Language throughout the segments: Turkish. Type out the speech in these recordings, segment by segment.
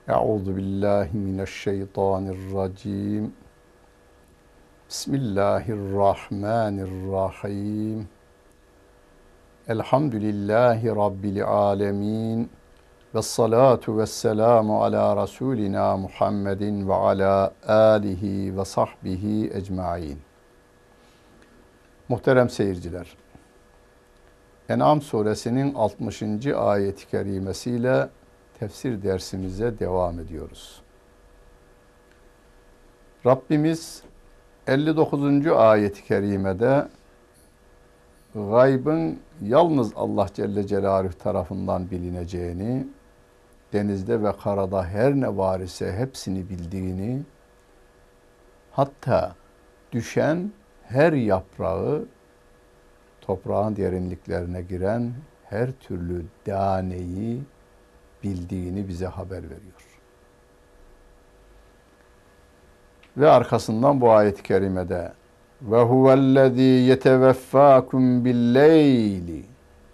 Euzu billahi mineşşeytanirracim. Bismillahirrahmanirrahim. Elhamdülillahi Rabbil alemin. Vessalatu vesselamu ala Resulina Muhammedin ve ala alihi ve sahbihi ecmain. Muhterem seyirciler, En'am suresinin 60. ayet-i kerimesiyle tefsir dersimize devam ediyoruz. Rabbimiz 59. ayet-i kerimede gaybın yalnız Allah Celle Celaluhu tarafından bilineceğini, denizde ve karada her ne var ise hepsini bildiğini, hatta düşen her yaprağı, toprağın derinliklerine giren her türlü daneyi bildiğini bize haber veriyor. Ve arkasından bu ayet-i kerimede ve huvellezî yeteveffâkum billeyli,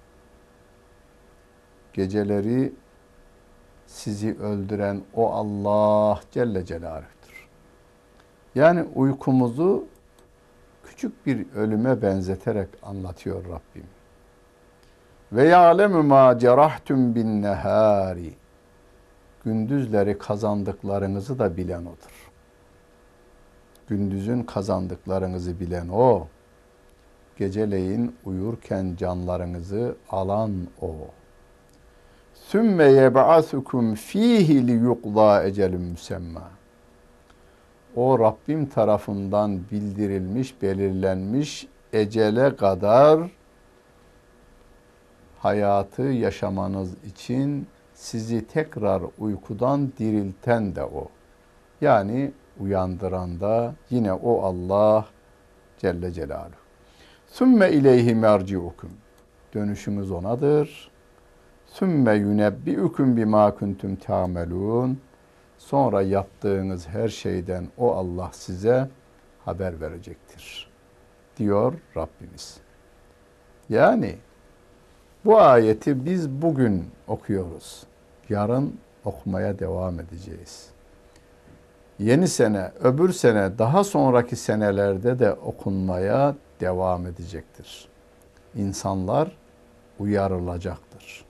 geceleri sizi öldüren o Allah Celle Celaluhu'dur. Yani uykumuzu küçük bir ölüme benzeterek anlatıyor Rabbim. Ve ya'lemu ma cerahtum bin nehari, gündüzleri kazandıklarınızı da bilen odur. Gündüzün kazandıklarınızı bilen o, geceleyin uyurken canlarınızı alan o. Sümme yeb'asukum fihi liyuqda ecelun musemma. O Rabbim tarafından bildirilmiş, belirlenmiş ecele kadar hayatı yaşamanız için sizi tekrar uykudan dirilten de o. Yani uyandıran da yine o Allah Celle Celaluhu. Sümme ileyhi merciukum. Dönüşümüz onadır. Sümme yunebbiukum bima kuntum ta'melun. Sonra yaptığınız her şeyden o Allah size haber verecektir, diyor Rabbimiz. Yani bu ayeti biz bugün okuyoruz. Yarın okumaya devam edeceğiz. Yeni sene, öbür sene, daha sonraki senelerde de okunmaya devam edecektir. İnsanlar uyarılacaktır.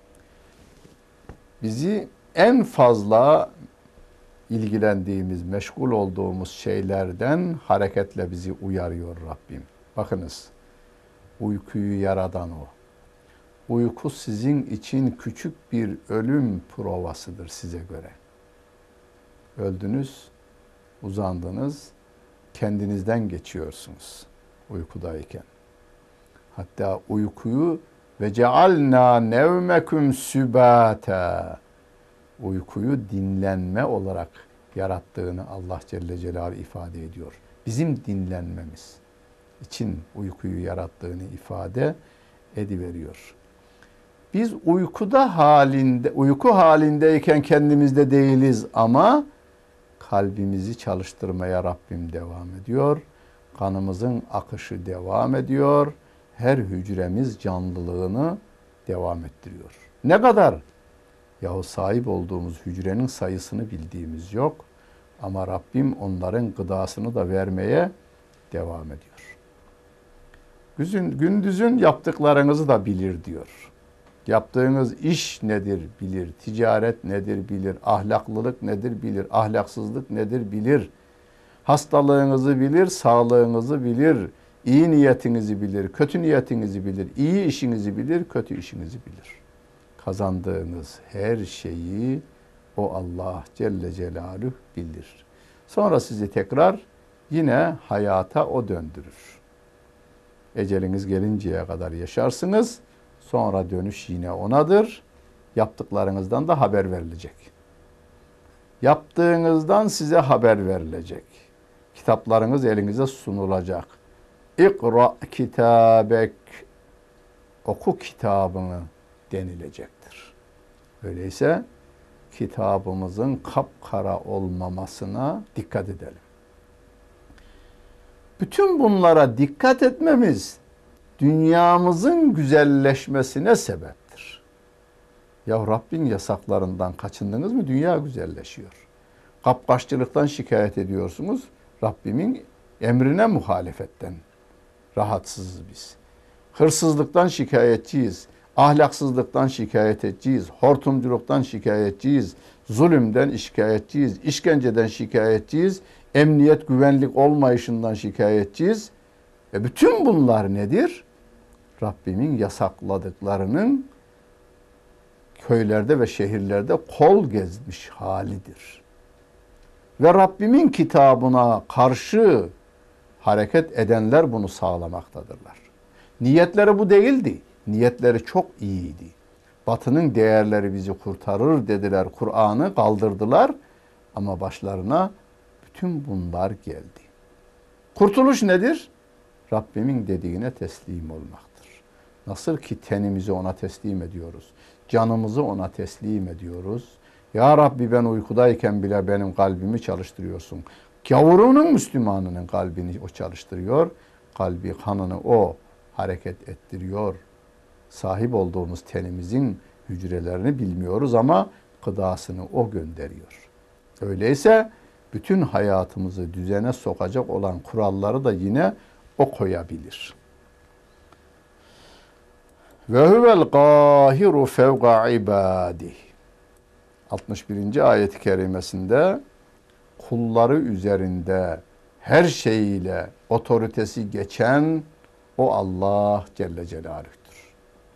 Bizi en fazla ilgilendiğimiz, meşgul olduğumuz şeylerden hareketle bizi uyarıyor Rabbim. Bakınız, uykuyu yaradan o. Uyku sizin için küçük bir ölüm provasıdır size göre. Öldünüz, uzandınız, kendinizden geçiyorsunuz uykudayken. Hatta uykuyu ve cealna nevmekum sübata, uykuyu dinlenme olarak yarattığını Allah Celle Celaluhu ifade ediyor. Bizim dinlenmemiz için uykuyu yarattığını ifade ediveriyor. Biz uyku halindeyken kendimizde değiliz ama kalbimizi çalıştırmaya Rabbim devam ediyor. Kanımızın akışı devam ediyor. Her hücremiz canlılığını devam ettiriyor. Ne kadar? Yahu sahip olduğumuz hücrenin sayısını bildiğimiz yok. Ama Rabbim onların gıdasını da vermeye devam ediyor. Gündüzün yaptıklarınızı da bilir diyor. Yaptığınız iş nedir bilir, ticaret nedir bilir, ahlaklılık nedir bilir, ahlaksızlık nedir bilir, hastalığınızı bilir, sağlığınızı bilir, iyi niyetinizi bilir, kötü niyetinizi bilir, iyi işinizi bilir, kötü işinizi bilir. Kazandığınız her şeyi o Allah Celle Celaluhu bilir. Sonra sizi tekrar yine hayata o döndürür. Eceliniz gelinceye kadar yaşarsınız. Sonra dönüş yine onadır. Yaptıklarınızdan da haber verilecek. Yaptığınızdan size haber verilecek. Kitaplarınız elinize sunulacak. İkra kitabek, oku kitabını denilecektir. Öyleyse kitabımızın kapkara olmamasına dikkat edelim. Bütün bunlara dikkat etmemiz dünyamızın güzelleşmesine sebeptir. Ya Rabbin yasaklarından kaçındınız mı dünya güzelleşiyor. Kapkaççılıktan şikayet ediyorsunuz. Rabbimin emrine muhalefetten rahatsızız biz. Hırsızlıktan şikayetçiyiz. Ahlaksızlıktan şikayetçiyiz. Hortumculuktan şikayetçiyiz. Zulümden şikayetçiyiz. İşkenceden şikayetçiyiz. Emniyet, güvenlik olmayışından şikayetçiyiz. Ve bütün bunlar nedir? Rabbimin yasakladıklarının köylerde ve şehirlerde kol gezmiş halidir. Ve Rabbimin kitabına karşı hareket edenler bunu sağlamaktadırlar. Niyetleri bu değildi. Niyetleri çok iyiydi. Batının değerleri bizi kurtarır dediler. Kur'an'ı kaldırdılar ama başlarına bütün bunlar geldi. Kurtuluş nedir? Rabbimin dediğine teslim olmaktır. Nasıl ki tenimizi ona teslim ediyoruz. Canımızı ona teslim ediyoruz. Ya Rabbi ben uykudayken bile benim kalbimi çalıştırıyorsun. Gavurunun, Müslümanının kalbini o çalıştırıyor. Kalbi, kanını o hareket ettiriyor. Sahip olduğumuz tenimizin hücrelerini bilmiyoruz ama gıdasını o gönderiyor. Öyleyse bütün hayatımızı düzene sokacak olan kuralları da yine o koyabilir. Ve huvel qahiru fevqa ibadih. 61. ayet-i kerimesinde kulları üzerinde her şeyiyle otoritesi geçen o Allah Celle Celaluh'tür.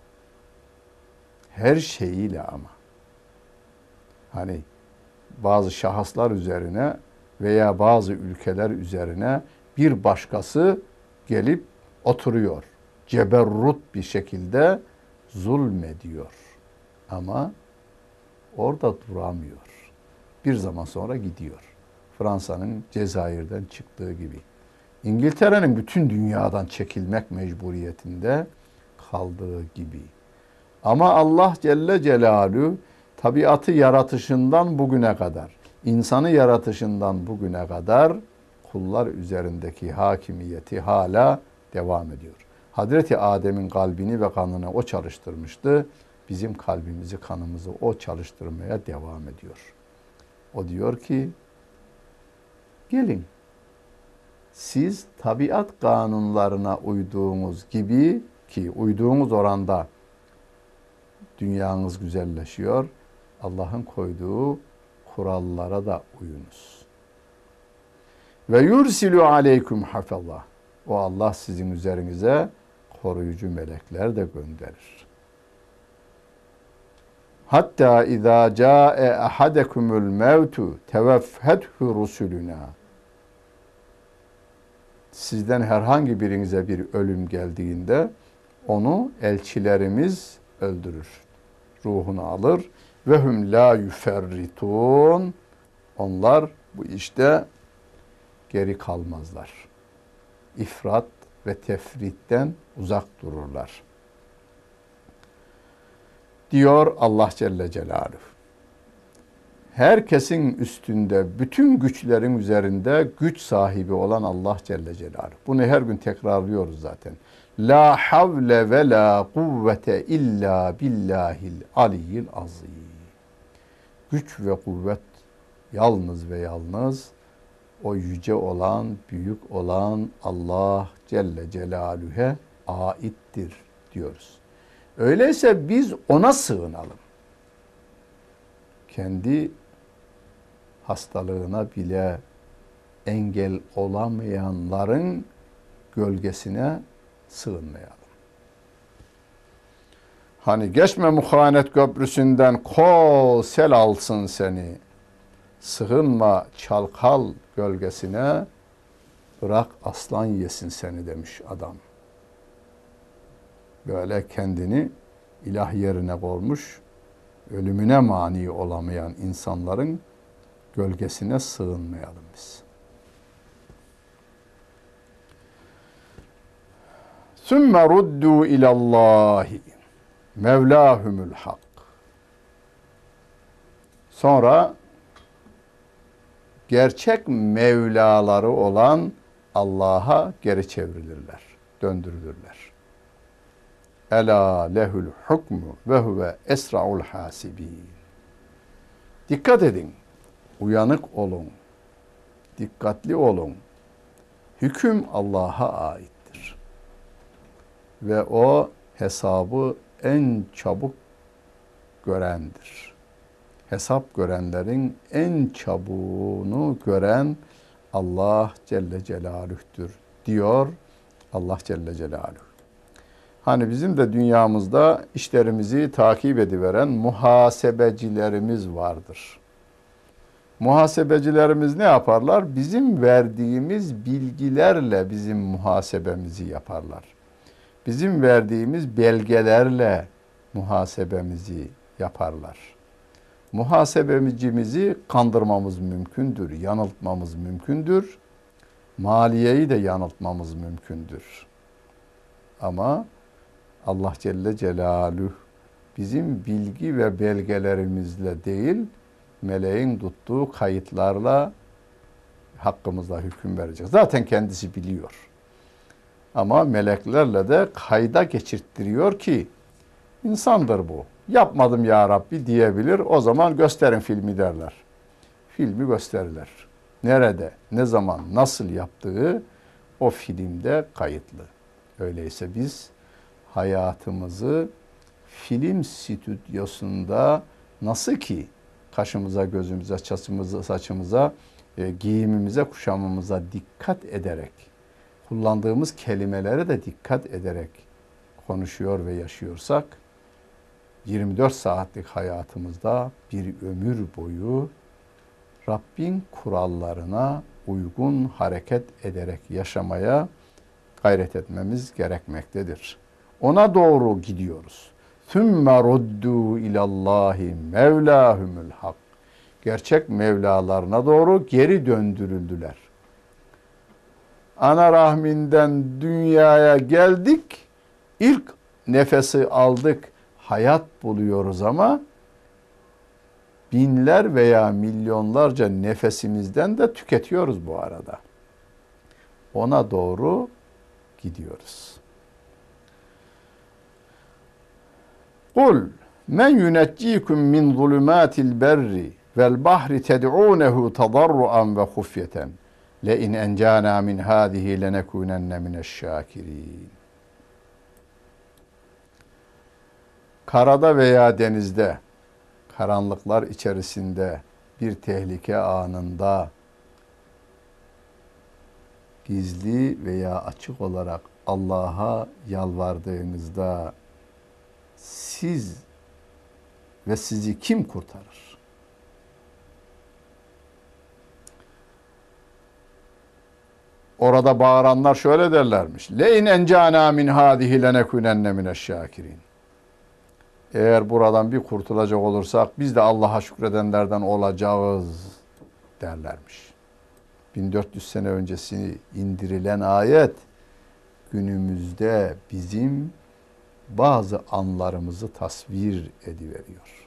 Her şeyiyle ama. Hani bazı şahıslar üzerine veya bazı ülkeler üzerine bir başkası gelip oturuyor. Ceberrut bir şekilde zulmediyor. Ama orada duramıyor. Bir zaman sonra gidiyor. Fransa'nın Cezayir'den çıktığı gibi. İngiltere'nin bütün dünyadan çekilmek mecburiyetinde kaldığı gibi. Ama Allah Celle Celaluhu tabiatı yaratışından bugüne kadar, insanı yaratışından bugüne kadar kullar üzerindeki hakimiyeti hala devam ediyor. Hazreti Adem'in kalbini ve kanını o çalıştırmıştı. Bizim kalbimizi, kanımızı o çalıştırmaya devam ediyor. O diyor ki, gelin siz tabiat kanunlarına uyduğunuz gibi ki uyduğunuz oranda dünyanız güzelleşiyor. Allah'ın koyduğu kurallara da uyunuz. Ve yursilu aleyküm hafezah. O Allah sizin üzerinize koruyucu melekler de gönderir. Hatta izâ câe ahadekumul mevtu teveffethu rusuluna. Sizden herhangi birinize bir ölüm geldiğinde onu elçilerimiz öldürür. Ruhunu alır. Ve hum la yuferritun. Onlar bu işte geri kalmazlar. İfrat ve tefritten uzak dururlar. Diyor Allah Celle Celaluhu. Herkesin üstünde, bütün güçlerin üzerinde güç sahibi olan Allah Celle Celaluhu. Bunu her gün tekrarlıyoruz zaten. La havle ve la kuvvete illa billahil aliyyil azim. Güç ve kuvvet yalnız ve yalnız o yüce olan, büyük olan Allah Celle Celaluhu'ya aittir diyoruz. Öyleyse biz ona sığınalım. Kendi hastalığına bile engel olamayanların gölgesine sığınmayalım. Hani geçme muhanet köprüsünden, kol sel alsın seni. Sığınma çalkal gölgesine, bırak aslan yesin seni demiş adam. Böyle kendini ilah yerine koymuş, ölümüne mani olamayan insanların gölgesine sığınmayalım biz. Sümme ruddu ilallahi mevlahumul hak. Sonra gerçek Mevlaları olan Allah'a geri çevrilirler, döndürülürler. Ela lehul hukmu ve huve esra'ul hasibin. Dikkat edin. Uyanık olun. Dikkatli olun. Hüküm Allah'a aittir. Ve o hesabı en çabuk görendir. Hesap görenlerin en çabuğunu gören Allah Celle Celaluh'tür diyor Allah Celle Celaluhu. Hani bizim de dünyamızda işlerimizi takip ediveren muhasebecilerimiz vardır. Muhasebecilerimiz ne yaparlar? Bizim verdiğimiz bilgilerle bizim muhasebemizi yaparlar. Bizim verdiğimiz belgelerle muhasebemizi yaparlar. Muhasebecimizi kandırmamız mümkündür, yanıltmamız mümkündür. Maliyeyi de yanıltmamız mümkündür. Ama Allah Celle Celaluhu bizim bilgi ve belgelerimizle değil, meleğin tuttuğu kayıtlarla hakkımızda hüküm verecek. Zaten kendisi biliyor. Ama meleklerle de kayda geçirttiriyor ki insandır bu. Yapmadım ya Rabbi diyebilir. O zaman gösterin filmi derler. Filmi gösterirler. Nerede, ne zaman, nasıl yaptığı o filmde kayıtlı. Öyleyse biz hayatımızı film stüdyosunda nasıl ki kaşımıza, gözümüze, çasımıza, saçımıza, giyimimize, kuşamımıza dikkat ederek, kullandığımız kelimelere de dikkat ederek konuşuyor ve yaşıyorsak, 24 saatlik hayatımızda bir ömür boyu Rabbin kurallarına uygun hareket ederek yaşamaya gayret etmemiz gerekmektedir. Ona doğru gidiyoruz. ثُمَّ رُدُّوا اِلَى اللّٰهِ مَوْلَاهُمُ الْحَقِّ. Gerçek Mevlalarına doğru geri döndürüldüler. Ana rahminden dünyaya geldik, ilk nefesi aldık, hayat buluyoruz ama binler veya milyonlarca nefesimizden de tüketiyoruz bu arada. Ona doğru gidiyoruz. Kul men yuneccikum min zulumatil berri vel bahri ted'unehu tadarruan ve hufyeten le in encana min hadihi lenekunenne mineşşakirin. Karada veya denizde, karanlıklar içerisinde, bir tehlike anında gizli veya açık olarak Allah'a yalvardığınızda siz ve sizi kim kurtarır? Orada bağıranlar şöyle derlermiş. Le in encana min hadihi lenekunenne mineşşakirin. Eğer buradan bir kurtulacak olursak biz de Allah'a şükredenlerden olacağız derlermiş. 1400 sene öncesi indirilen ayet günümüzde bizim bazı anlarımızı tasvir ediveriyor.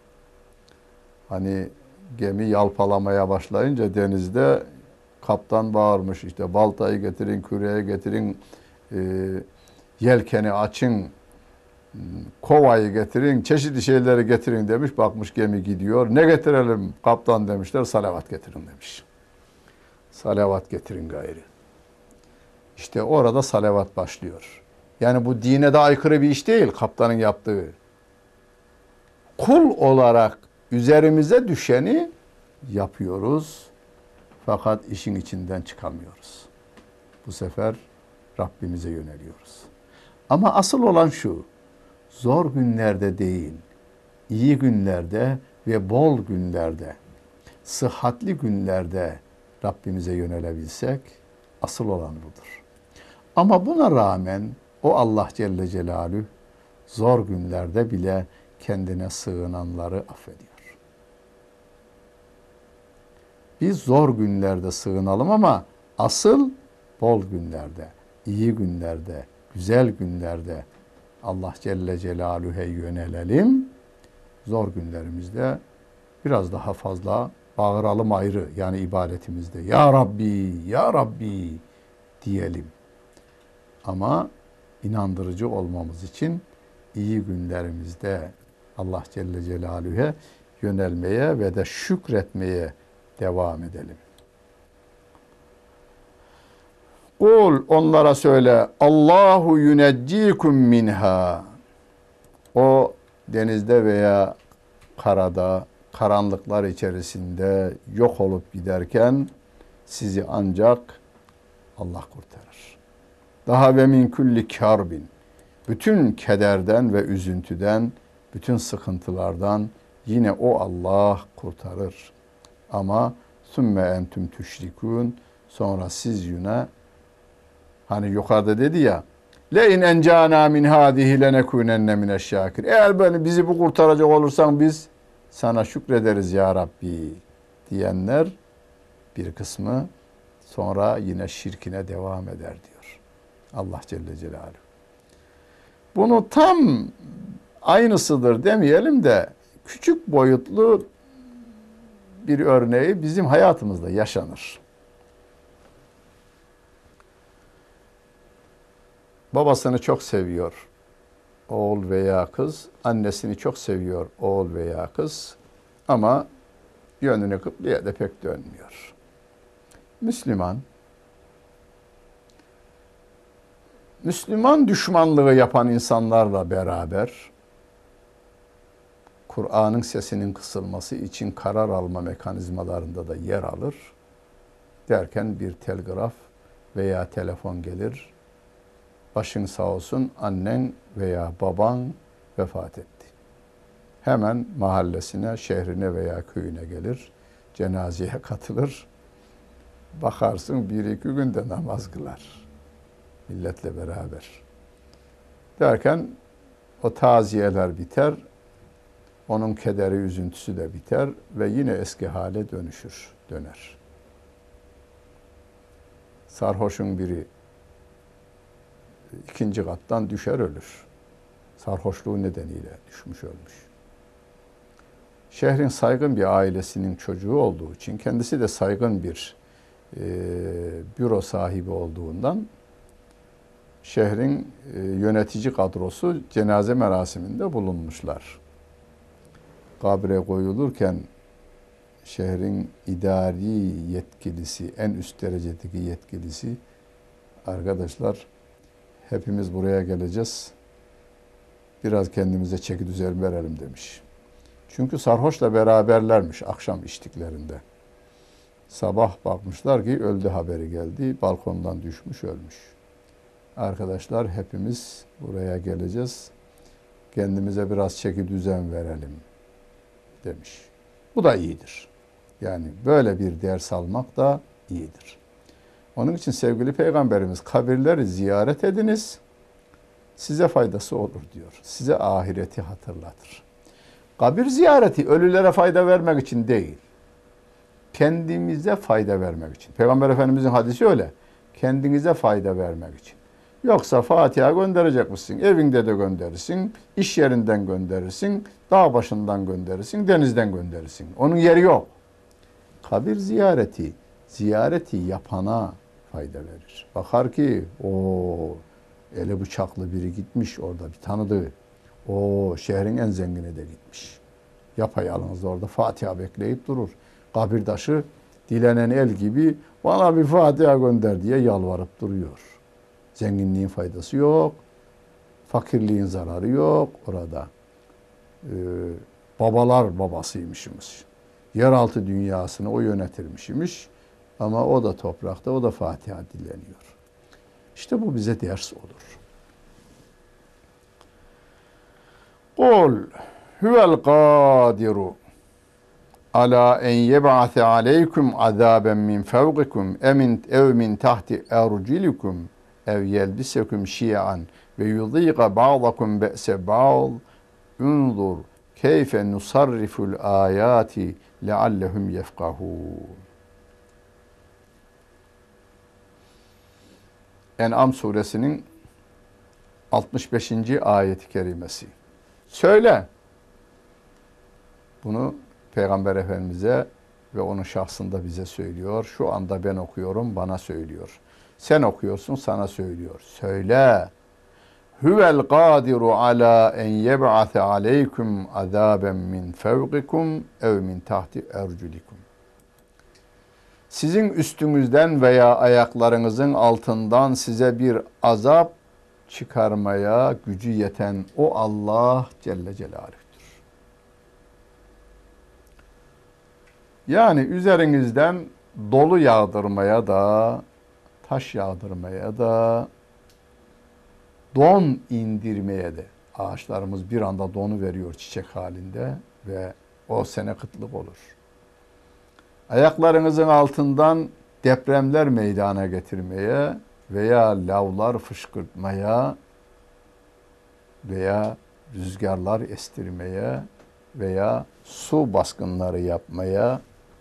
Hani gemi yalpalamaya başlayınca denizde kaptan bağırmış, işte baltayı getirin, küreği getirin, yelkeni açın, kovayı getirin, çeşitli şeyleri getirin demiş. Bakmış gemi gidiyor. Ne getirelim kaptan demişler. Salavat getirin demiş. Salavat getirin gayri. İşte orada salavat başlıyor. Yani bu dine de aykırı bir iş değil kaptanın yaptığı. Kul olarak üzerimize düşeni yapıyoruz. Fakat işin içinden çıkamıyoruz. Bu sefer Rabbimize yöneliyoruz. Ama asıl olan şu. Zor günlerde değil, iyi günlerde ve bol günlerde, sıhhatli günlerde Rabbimize yönelebilsek asıl olan budur. Ama buna rağmen o Allah Celle Celaluhu zor günlerde bile kendine sığınanları affediyor. Biz zor günlerde sığınalım ama asıl bol günlerde, iyi günlerde, güzel günlerde Allah Celle Celaluhu'ya yönelelim. Zor günlerimizde biraz daha fazla bağıralım ayrı. Yani ibadetimizde Ya Rabbi, Ya Rabbi diyelim. Ama inandırıcı olmamız için iyi günlerimizde Allah Celle Celaluhu'ya yönelmeye ve de şükretmeye devam edelim. Kul, onlara söyle, Allahu yuneccikum minha. O denizde veya karada, karanlıklar içerisinde yok olup giderken sizi ancak Allah kurtarır. Daha ve min kulli karbin. Bütün kederden ve üzüntüden, bütün sıkıntılardan yine o Allah kurtarır. Ama sümme entüm tüşrikûn. Sonra siz yine, hani yukarıda dedi ya, le in encana min hadihi lenekunenne mineşşakir. Eğer bizi bu kurtaracak olursan biz sana şükrederiz ya Rabbi diyenler bir kısmı sonra yine şirkine devam eder diyor Allah Celle Celaluhu. Bunu tam aynısıdır demeyelim de küçük boyutlu bir örneği bizim hayatımızda yaşanır. Babasını çok seviyor oğul veya kız, annesini çok seviyor oğul veya kız ama yönünü kıbleye de pek dönmüyor. Müslüman düşmanlığı yapan insanlarla beraber Kur'an'ın sesinin kısılması için karar alma mekanizmalarında da yer alır. Derken bir telgraf veya telefon gelir. Başın sağ olsun, annen veya baban vefat etti. Hemen mahallesine, şehrine veya köyüne gelir. Cenazeye katılır. Bakarsın bir iki günde namaz kılar. Milletle beraber. Derken o taziyeler biter. Onun kederi, üzüntüsü de biter ve yine eski hale döner. Sarhoşun biri ikinci kattan düşer ölür. Sarhoşluğu nedeniyle düşmüş ölmüş. Şehrin saygın bir ailesinin çocuğu olduğu için, kendisi de saygın bir büro sahibi olduğundan şehrin yönetici kadrosu cenaze merasiminde bulunmuşlar. Kabre koyulurken şehrin idari yetkilisi, en üst derecedeki yetkilisi, arkadaşlar hepimiz buraya geleceğiz, biraz kendimize çeki düzen verelim demiş. Çünkü sarhoşla beraberlermiş akşam içtiklerinde. Sabah bakmışlar ki öldü haberi geldi, balkondan düşmüş ölmüş. Arkadaşlar hepimiz buraya geleceğiz, kendimize biraz çeki düzen verelim demiş. Bu da iyidir. Yani böyle bir ders almak da iyidir. Onun için sevgili Peygamberimiz kabirleri ziyaret ediniz, size faydası olur diyor. Size ahireti hatırlatır. Kabir ziyareti ölülere fayda vermek için değil, kendimize fayda vermek için. Peygamber Efendimizin hadisi öyle. Kendinize fayda vermek için. Yoksa Fatiha gönderecek misin? Evinde de gönderirsin, iş yerinden gönderirsin, dağ başından gönderirsin, denizden gönderirsin. Onun yeri yok. Kabir ziyareti yapana fayda verir. Bakar ki o eli bıçaklı biri gitmiş orada bir tanıdığı. O şehrin en zengini de gitmiş. Yapayalnız orada Fatiha bekleyip durur. Kabirdaşı dilenen el gibi bana bir Fatiha gönder diye yalvarıp duruyor. Zenginliğin faydası yok. Fakirliğin zararı yok orada. Babalar babasıymışmış. Yeraltı dünyasını o yönetirmişmiş. Ama o da toprakta, o da Fatiha dileniyor. İşte bu bize ders olur. Kul huvel kadiru ala en yeb'ate aleykum azaben min fevkikum ev min tahti ercilikum ev yelbisekum şi'an ve yudîqa ba'dakum be'se ba'd unzur keyfe nusarriful ayati leallehum yefkahûn. En'am suresinin 65. ayet-i kerimesi. Söyle. Bunu Peygamber Efendimiz'e ve onun şahsında bize söylüyor. Şu anda ben okuyorum, bana söylüyor. Sen okuyorsun, sana söylüyor. Söyle. huvel kadiru ala en yeb'ate aleykum azaben min fevkikum ev min tahti erculikum. Sizin üstünüzden veya ayaklarınızın altından size bir azap çıkarmaya gücü yeten o Allah Celle Celaluh'tür. Yani üzerinizden dolu yağdırmaya da, taş yağdırmaya da, don indirmeye de, ağaçlarımız bir anda donu veriyor çiçek halinde ve o sene kıtlık olur. Ayaklarınızın altından depremler meydana getirmeye veya lavlar fışkırtmaya veya rüzgarlar estirmeye veya su baskınları yapmaya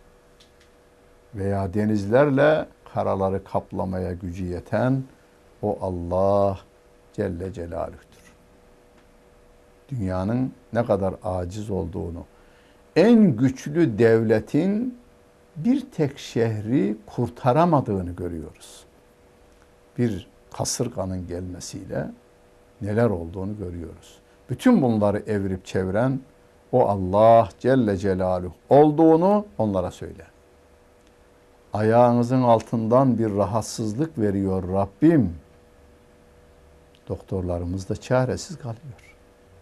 veya denizlerle karaları kaplamaya gücü yeten o Allah Celle Celaluh'tür. Dünyanın ne kadar aciz olduğunu, en güçlü devletin bir tek şehri kurtaramadığını görüyoruz. Bir kasırganın gelmesiyle neler olduğunu görüyoruz. Bütün bunları evirip çeviren o Allah Celle Celaluhu olduğunu onlara söyle. Ayağınızın altından bir rahatsızlık veriyor Rabbim. Doktorlarımız da çaresiz kalıyor.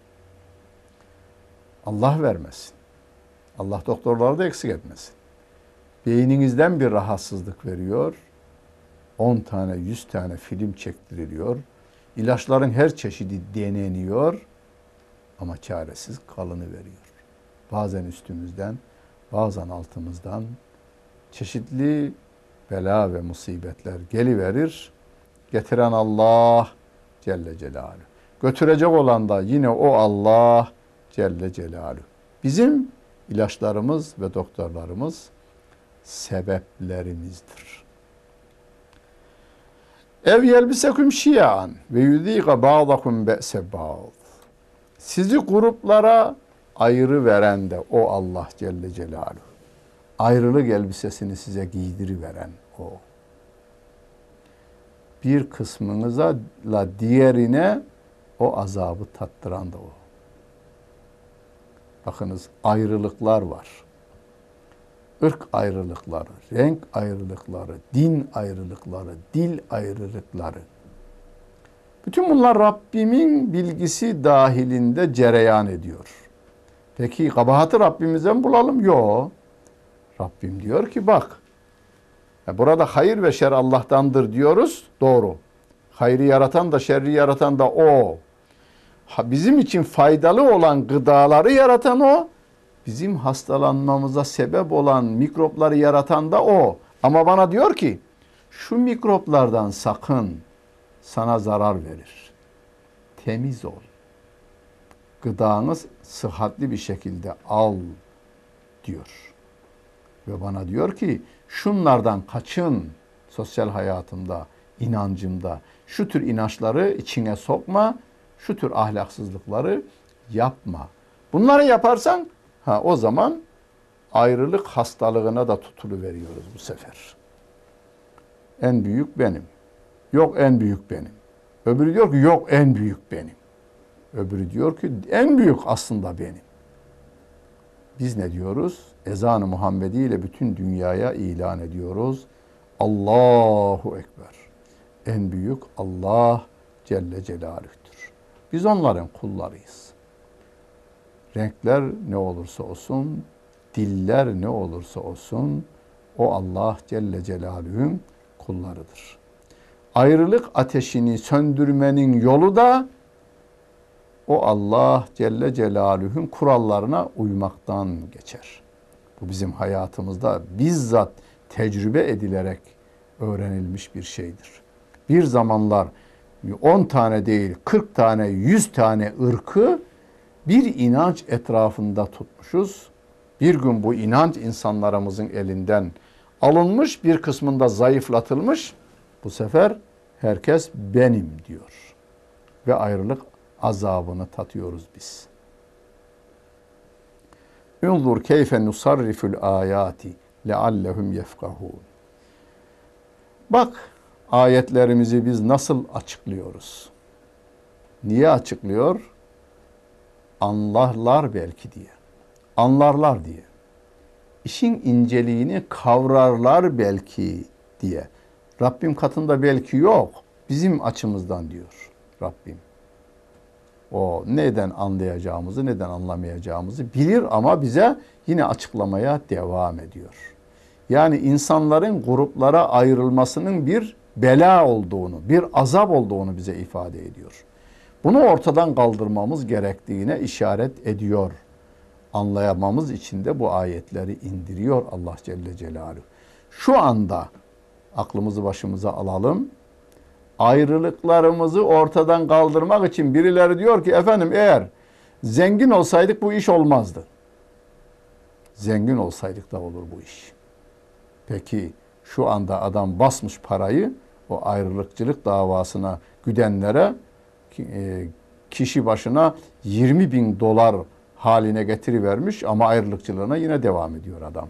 Allah vermesin. Allah doktorları da eksik etmesin. Beyninizden bir rahatsızlık veriyor. 10 tane, 100 tane film çektiriliyor. İlaçların her çeşidi deneniyor. Ama çaresiz kalınıveriyor. Bazen üstümüzden, bazen altımızdan çeşitli bela ve musibetler geliverir. Getiren Allah Celle Celaluhu. Götürecek olan da yine o Allah Celle Celaluhu. Bizim ilaçlarımız ve doktorlarımız sebeplerimizdir. Ev yelbisekum şiyan ve yudîga ba'dakum be'se ba'd. Sizi gruplara ayrı veren de o Allah Celle Celaluhu. Ayrılık elbisesini size giydiriveren o. Bir kısmınıza la diğerine o azabı tattıran da o. Bakınız ayrılıklar var. Irk ayrılıkları, renk ayrılıkları, din ayrılıkları, dil ayrılıkları. Bütün bunlar Rabbimin bilgisi dahilinde cereyan ediyor. Peki kabahatı Rabbimizden bulalım? Yok. Rabbim diyor ki bak, burada hayır ve şer Allah'tandır diyoruz. Doğru. Hayrı yaratan da şerri yaratan da o. Bizim için faydalı olan gıdaları yaratan o. Bizim hastalanmamıza sebep olan mikropları yaratan da o. Ama bana diyor ki şu mikroplardan sakın, sana zarar verir. Temiz ol. Gıdanız sıhhatli bir şekilde al diyor. Ve bana diyor ki şunlardan kaçın, sosyal hayatımda, inancımda. Şu tür inançları içine sokma, şu tür ahlaksızlıkları yapma. Bunları yaparsan o zaman ayrılık hastalığına da tutuluveriyoruz bu sefer. En büyük benim. Yok en büyük benim. Öbürü diyor ki yok en büyük benim. Öbürü diyor ki en büyük aslında benim. Biz ne diyoruz? Ezan-ı Muhammedi ile bütün dünyaya ilan ediyoruz. Allahu Ekber. En büyük Allah Celle Celaluh'tür. Biz onların kullarıyız. Renkler ne olursa olsun, diller ne olursa olsun, o Allah Celle Celaluhu'nun kullarıdır. Ayrılık ateşini söndürmenin yolu da o Allah Celle Celaluhu'nun kurallarına uymaktan geçer. Bu bizim hayatımızda bizzat tecrübe edilerek öğrenilmiş bir şeydir. Bir zamanlar 10 tane değil 40 tane 100 tane ırkı bir inanç etrafında tutmuşuz. Bir gün bu inanç insanlarımızın elinden alınmış, bir kısmında zayıflatılmış. Bu sefer herkes benim diyor. Ve ayrılık azabını tatıyoruz biz. Unzur keyfe nusarriful ayati leallehum yefkahun. Bak ayetlerimizi biz nasıl açıklıyoruz. Niye açıklıyor? Anlarlar belki diye. Anlarlar diye. İşin inceliğini kavrarlar belki diye. Rabbim katında belki yok. Bizim açımızdan diyor Rabbim. O neden anlayacağımızı, neden anlamayacağımızı bilir ama bize yine açıklamaya devam ediyor. Yani insanların gruplara ayrılmasının bir bela olduğunu, bir azap olduğunu bize ifade ediyor. Bunu ortadan kaldırmamız gerektiğine işaret ediyor. Anlayamamız için de bu ayetleri indiriyor Allah Celle Celaluhu. Şu anda aklımızı başımıza alalım. Ayrılıklarımızı ortadan kaldırmak için birileri diyor ki efendim eğer zengin olsaydık bu iş olmazdı. Zengin olsaydık da olur bu iş. Peki şu anda adam basmış parayı o ayrılıkçılık davasına güdenlere kişi başına 20.000 dolar haline getirivermiş ama ayrılıkçılığına yine devam ediyor adam.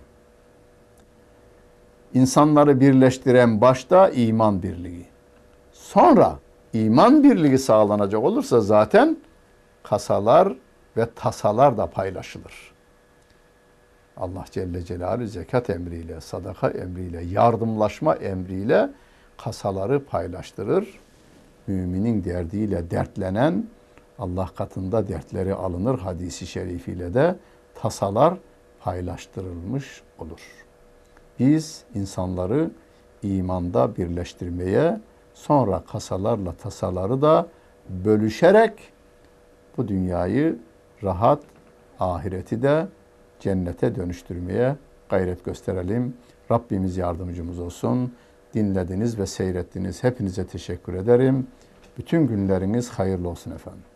İnsanları birleştiren başta iman birliği. Sonra iman birliği sağlanacak olursa zaten kasalar ve tasalar da paylaşılır. Allah Celle Celaluhu zekat emriyle, sadaka emriyle, yardımlaşma emriyle kasaları paylaştırır. Müminin derdiyle dertlenen Allah katında dertleri alınır hadisi şerifiyle de tasalar paylaştırılmış olur. Biz insanları imanda birleştirmeye, sonra kasalarla tasaları da bölüşerek bu dünyayı rahat, ahireti de cennete dönüştürmeye gayret gösterelim. Rabbimiz yardımcımız olsun. Dinlediniz ve seyrettiniz. Hepinize teşekkür ederim. Bütün günleriniz hayırlı olsun efendim.